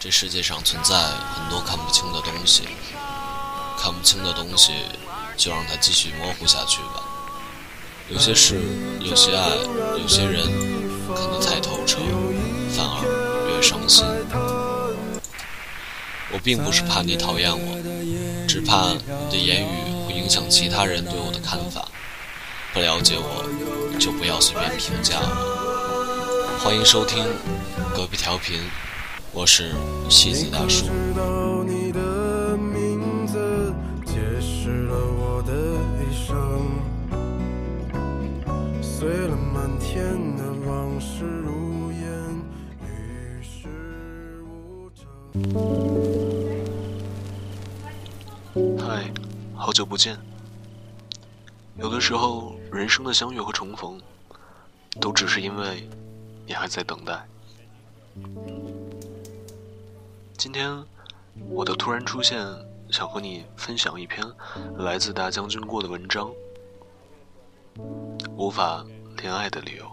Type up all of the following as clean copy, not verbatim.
这世界上存在很多看不清的东西，看不清的东西就让它继续模糊下去吧。有些事，有些爱，有些人看得太透彻，反而越伤心。我并不是怕你讨厌我，只怕你的言语会影响其他人对我的看法。不了解我，就不要随便评价我。欢迎收听隔壁调频，我是西子大叔。 你的名字解释了我的一生，碎了满天的往事如烟，与世无争。 嗨，好久不见。有的时候，人生的相遇和重逢，都只是因为你还在等待。今天，我的突然出现，想和你分享一篇来自大将军过的文章。无法恋爱的理由。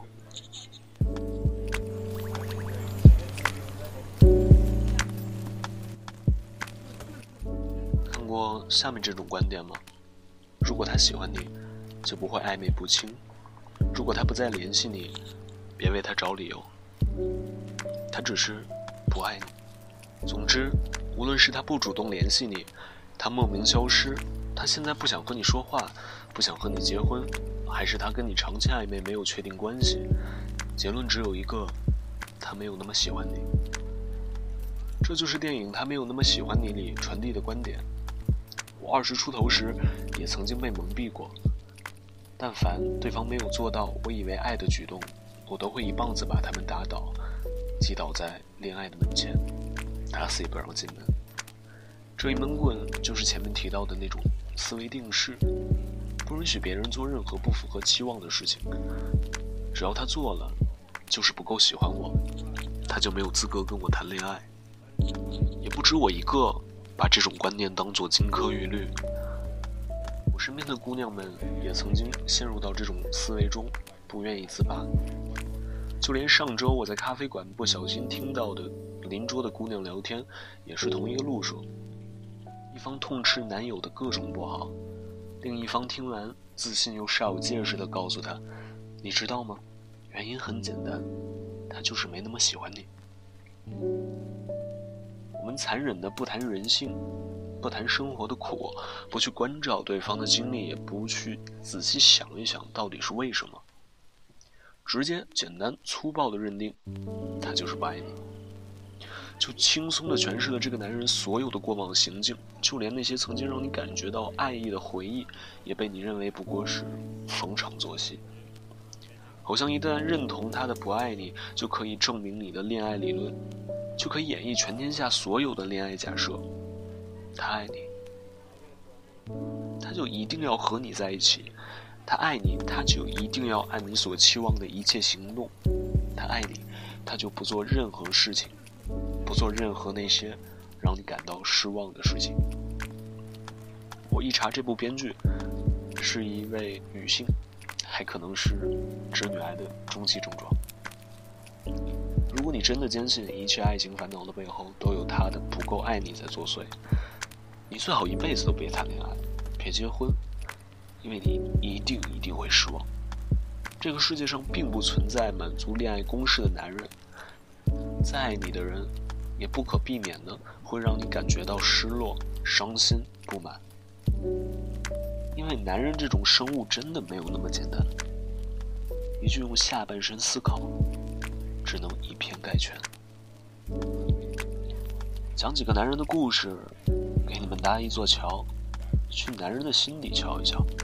看过下面这种观点吗？如果他喜欢你，就不会暧昧不清；如果他不再联系你，别为他找理由。他只是不爱你。总之，无论是他不主动联系你，他莫名消失，他现在不想和你说话，不想和你结婚，还是他跟你长期暧昧没有确定关系，结论只有一个，他没有那么喜欢你。这就是电影《他没有那么喜欢你》里传递的观点。我20出头时也曾经被蒙蔽过，但凡对方没有做到我以为爱的举动，我都会一棒子把他们打倒，击倒在恋爱的门前，打死也不让进门。这一闷棍就是前面提到的那种思维定式，不允许别人做任何不符合期望的事情。只要他做了，就是不够喜欢我，他就没有资格跟我谈恋爱。也不止我一个把这种观念当作金科玉律，我身边的姑娘们也曾经陷入到这种思维中，不愿意自拔。就连上周我在咖啡馆不小心听到的邻桌的姑娘聊天，也是同一个路数。一方痛斥男友的各种不好，另一方听完自信又煞有介事地告诉他，你知道吗？原因很简单，他就是没那么喜欢你。我们残忍的不谈人性，不谈生活的苦，不去关照对方的经历，也不去仔细想一想到底是为什么，直接简单粗暴的认定他就是不爱你，就轻松地诠释了这个男人所有的过往行径，就连那些曾经让你感觉到爱意的回忆，也被你认为不过是逢场作戏。好像一旦认同他的不爱你，就可以证明你的恋爱理论，就可以演绎全天下所有的恋爱假设。他爱你，他就一定要和你在一起；他爱你，他就一定要按你所期望的一切行动；他爱你，他就不做任何事情，不做任何那些让你感到失望的事情。我一查，这部编剧是一位女性，还可能是直女癌的中期症状。如果你真的坚信一切爱情烦恼的背后都有他的不够爱你在作祟，你最好一辈子都别谈恋爱，别结婚，因为你一定会失望。这个世界上并不存在满足恋爱公式的男人，再爱你的人也不可避免的会让你感觉到失落、伤心、不满。因为男人这种生物真的没有那么简单，一句用下半身思考只能以偏概全。讲几个男人的故事，给你们搭一座桥，去男人的心底瞧一瞧。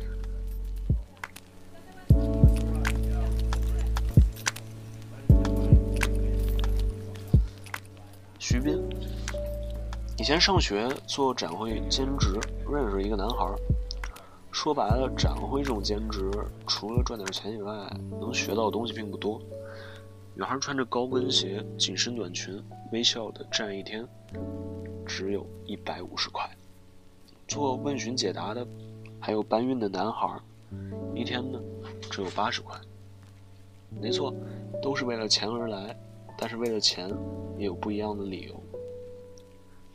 徐斌以前上学做展会兼职，认识一个男孩。说白了，展会这种兼职除了赚点钱以外，能学到的东西并不多。女孩穿着高跟鞋、紧身短裙，微笑的站一天，只有150块。做问询解答的，还有搬运的男孩，一天呢只有80块。没错，都是为了钱而来，但是为了钱也有不一样的理由。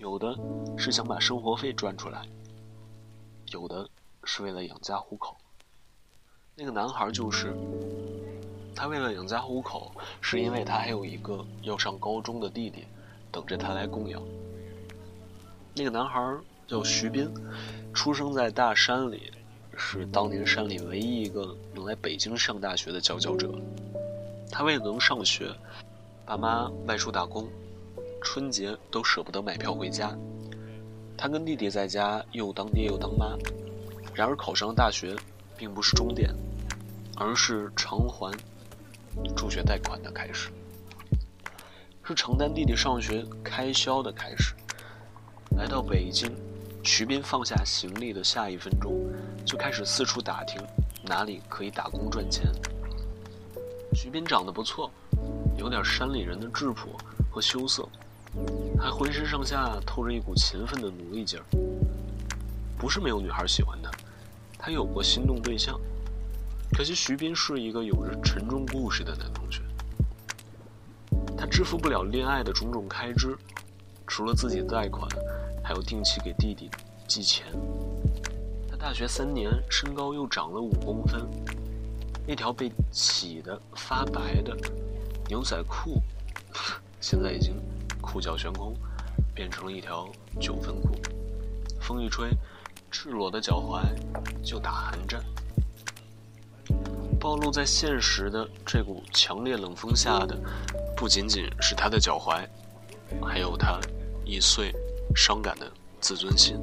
有的是想把生活费赚出来，有的是为了养家糊口。那个男孩就是他，为了养家糊口，是因为他还有一个要上高中的弟弟等着他来供养。那个男孩叫徐斌，出生在大山里，是当年山里唯一一个能来北京上大学的佼佼者。他为了能上学，爸妈外出打工，春节都舍不得买票回家。他跟弟弟在家又当爹又当妈。然而考上大学并不是终点，而是偿还助学贷款的开始，是承担弟弟上学开销的开始。来到北京，徐斌放下行李的下一分钟，就开始四处打听哪里可以打工赚钱。徐斌长得不错，有点山里人的质朴和羞涩，还浑身上下透着一股勤奋的努力劲儿。不是没有女孩喜欢他，他有过心动对象，可惜徐斌是一个有着沉重故事的男同学，他支付不了恋爱的种种开支，除了自己的贷款，还有定期给弟弟寄钱。他大学3年，身高又长了5公分，那条被起的发白的牛仔裤，现在已经裤脚悬空，变成了一条9分裤，风一吹，赤裸的脚踝就打寒战。暴露在现实的这股强烈冷风下的，不仅仅是他的脚踝，还有他易碎伤感的自尊心。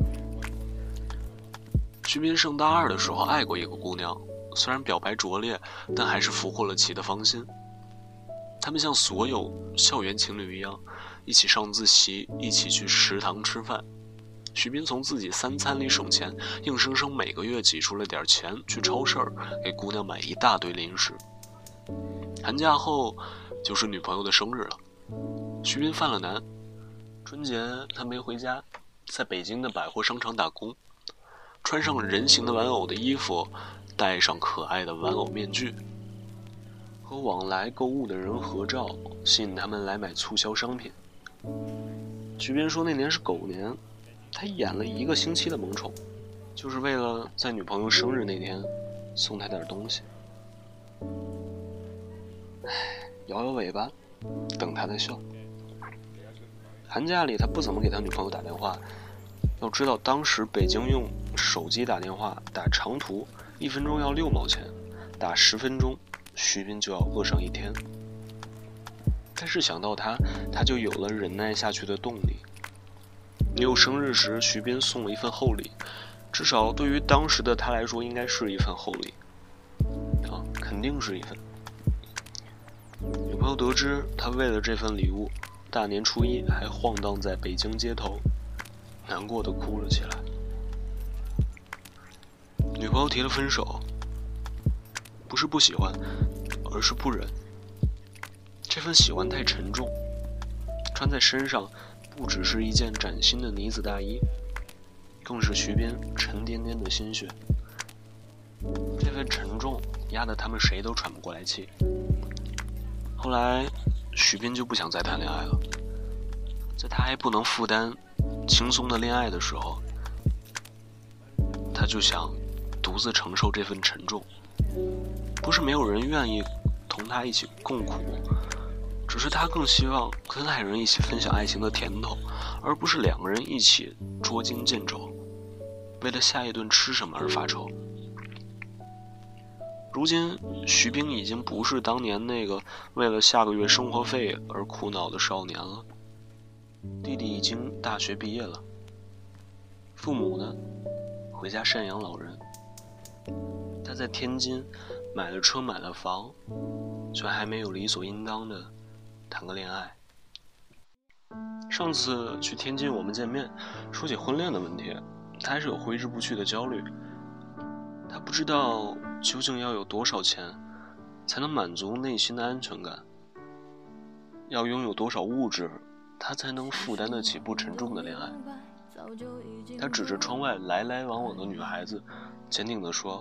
徐斌上大2的时候爱过一个姑娘，虽然表白拙劣，但还是俘获了其的芳心。他们像所有校园情侣一样，一起上自习，一起去食堂吃饭。徐斌从自己3餐里省钱，硬生生每个月挤出了点钱去超市给姑娘买一大堆零食。寒假后就是女朋友的生日了，徐斌犯了难。春节他没回家，在北京的百货商场打工，穿上人形的玩偶的衣服，戴上可爱的玩偶面具，和往来购物的人合照，吸引他们来买促销商品。徐斌说那年是狗年，他演了1个星期的萌宠，就是为了在女朋友生日那天送她点东西。摇摇尾巴，等她的笑。寒假里他不怎么给他女朋友打电话，要知道当时北京用手机打电话打长途1分钟要6毛钱，打10分钟徐斌就要饿上1天。但是想到他就有了忍耐下去的动力。女友生日时，徐斌送了一份厚礼，至少对于当时的他来说，应该是一份厚礼肯定是一份。女朋友得知他为了这份礼物，大年初1还晃荡在北京街头，难过的哭了起来。女朋友提了分手，不是不喜欢，而是不忍。这份喜欢太沉重，穿在身上不只是一件崭新的呢子大衣，更是徐斌沉甸甸的心血。这份沉重压得他们谁都喘不过来气。后来徐斌就不想再谈恋爱了，在他还不能负担轻松的恋爱的时候，他就想独自承受这份沉重。不是没有人愿意同他一起共苦，只是他更希望跟爱人一起分享爱情的甜头，而不是2个人一起捉襟见肘，为了下一顿吃什么而发愁。如今徐斌已经不是当年那个为了下个月生活费而苦恼的少年了，弟弟已经大学毕业了，父母呢回家赡养老人，他在天津买了车买了房，却还没有理所应当的谈个恋爱。上次去天津我们见面，说起婚恋的问题，他还是有挥之不去的焦虑。他不知道究竟要有多少钱才能满足内心的安全感，要拥有多少物质他才能负担得起不沉重的恋爱。他指着窗外来来往往的女孩子，坚定地说，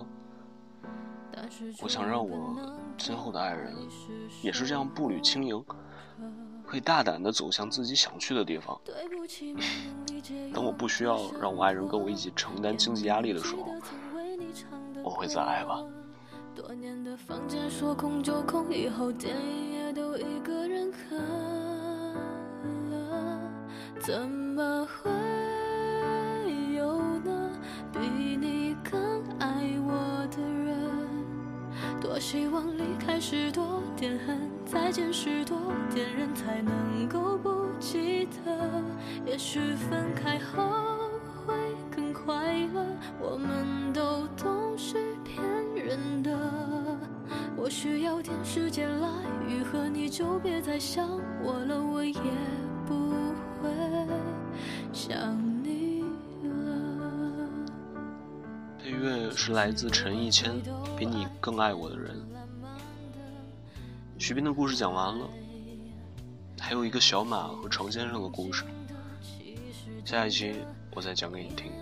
我想让我今后的爱人也是这样步履轻盈， 可以大胆地走向自己想去的地方。当我不需要让我爱人跟我一起承担经济压力的时候，我会再爱吧。 多年的房间说空就空，以后电影也都一个人看了，怎么会有呢比你更爱我的人？多希望离开时多点恨，再见时多点人，才能够不记得。也许分开后会更快乐，我们都懂是骗人的。我需要点时间来愈合，你就别再想我了，我也不会想你了。 配乐是来自陈奕谦，《比你更爱我的人》。徐斌的故事讲完了，还有一个小马和程先生的故事，下一期我再讲给你听。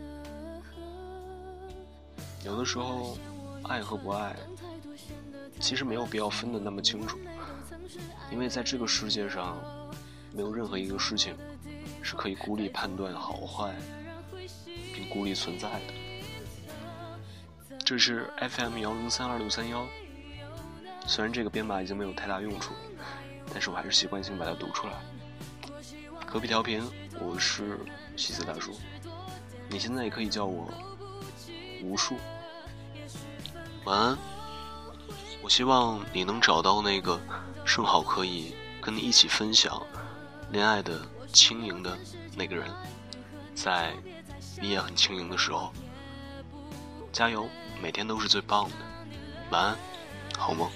有的时候爱和不爱其实没有必要分得那么清楚，因为在这个世界上没有任何一个事情是可以孤立判断好坏并孤立存在的。这是 FM10326531，虽然这个编码已经没有太大用处，但是我还是习惯性把它读出来。隔壁调频，我是西子大叔，你现在也可以叫我无数。晚安，我希望你能找到那个正好可以跟你一起分享恋爱的轻盈的那个人，在你也很轻盈的时候，加油，每天都是最棒的。晚安，好梦。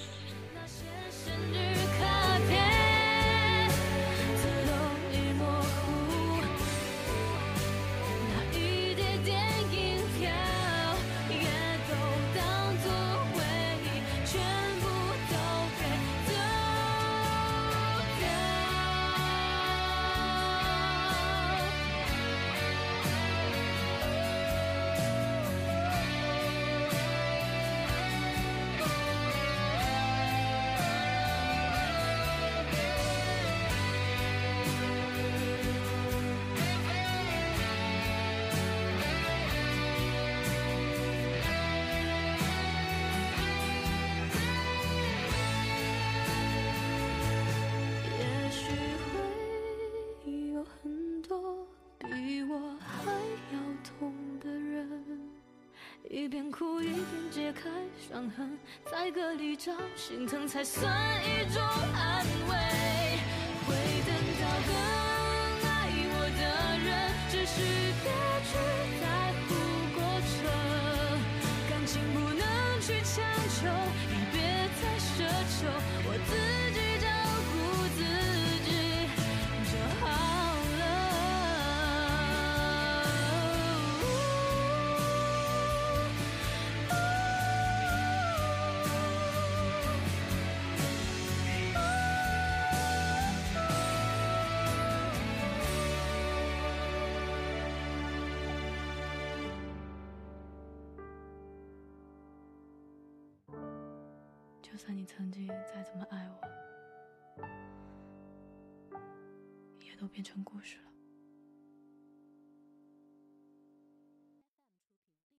一边哭一边揭开伤痕，在歌里找心疼才算一种安慰。会等到更爱我的人，只是别去在乎过程，感情不能去强求，也别再奢求，我自己照顾自己就好了。就算你曾经再怎么爱我，也都变成故事了。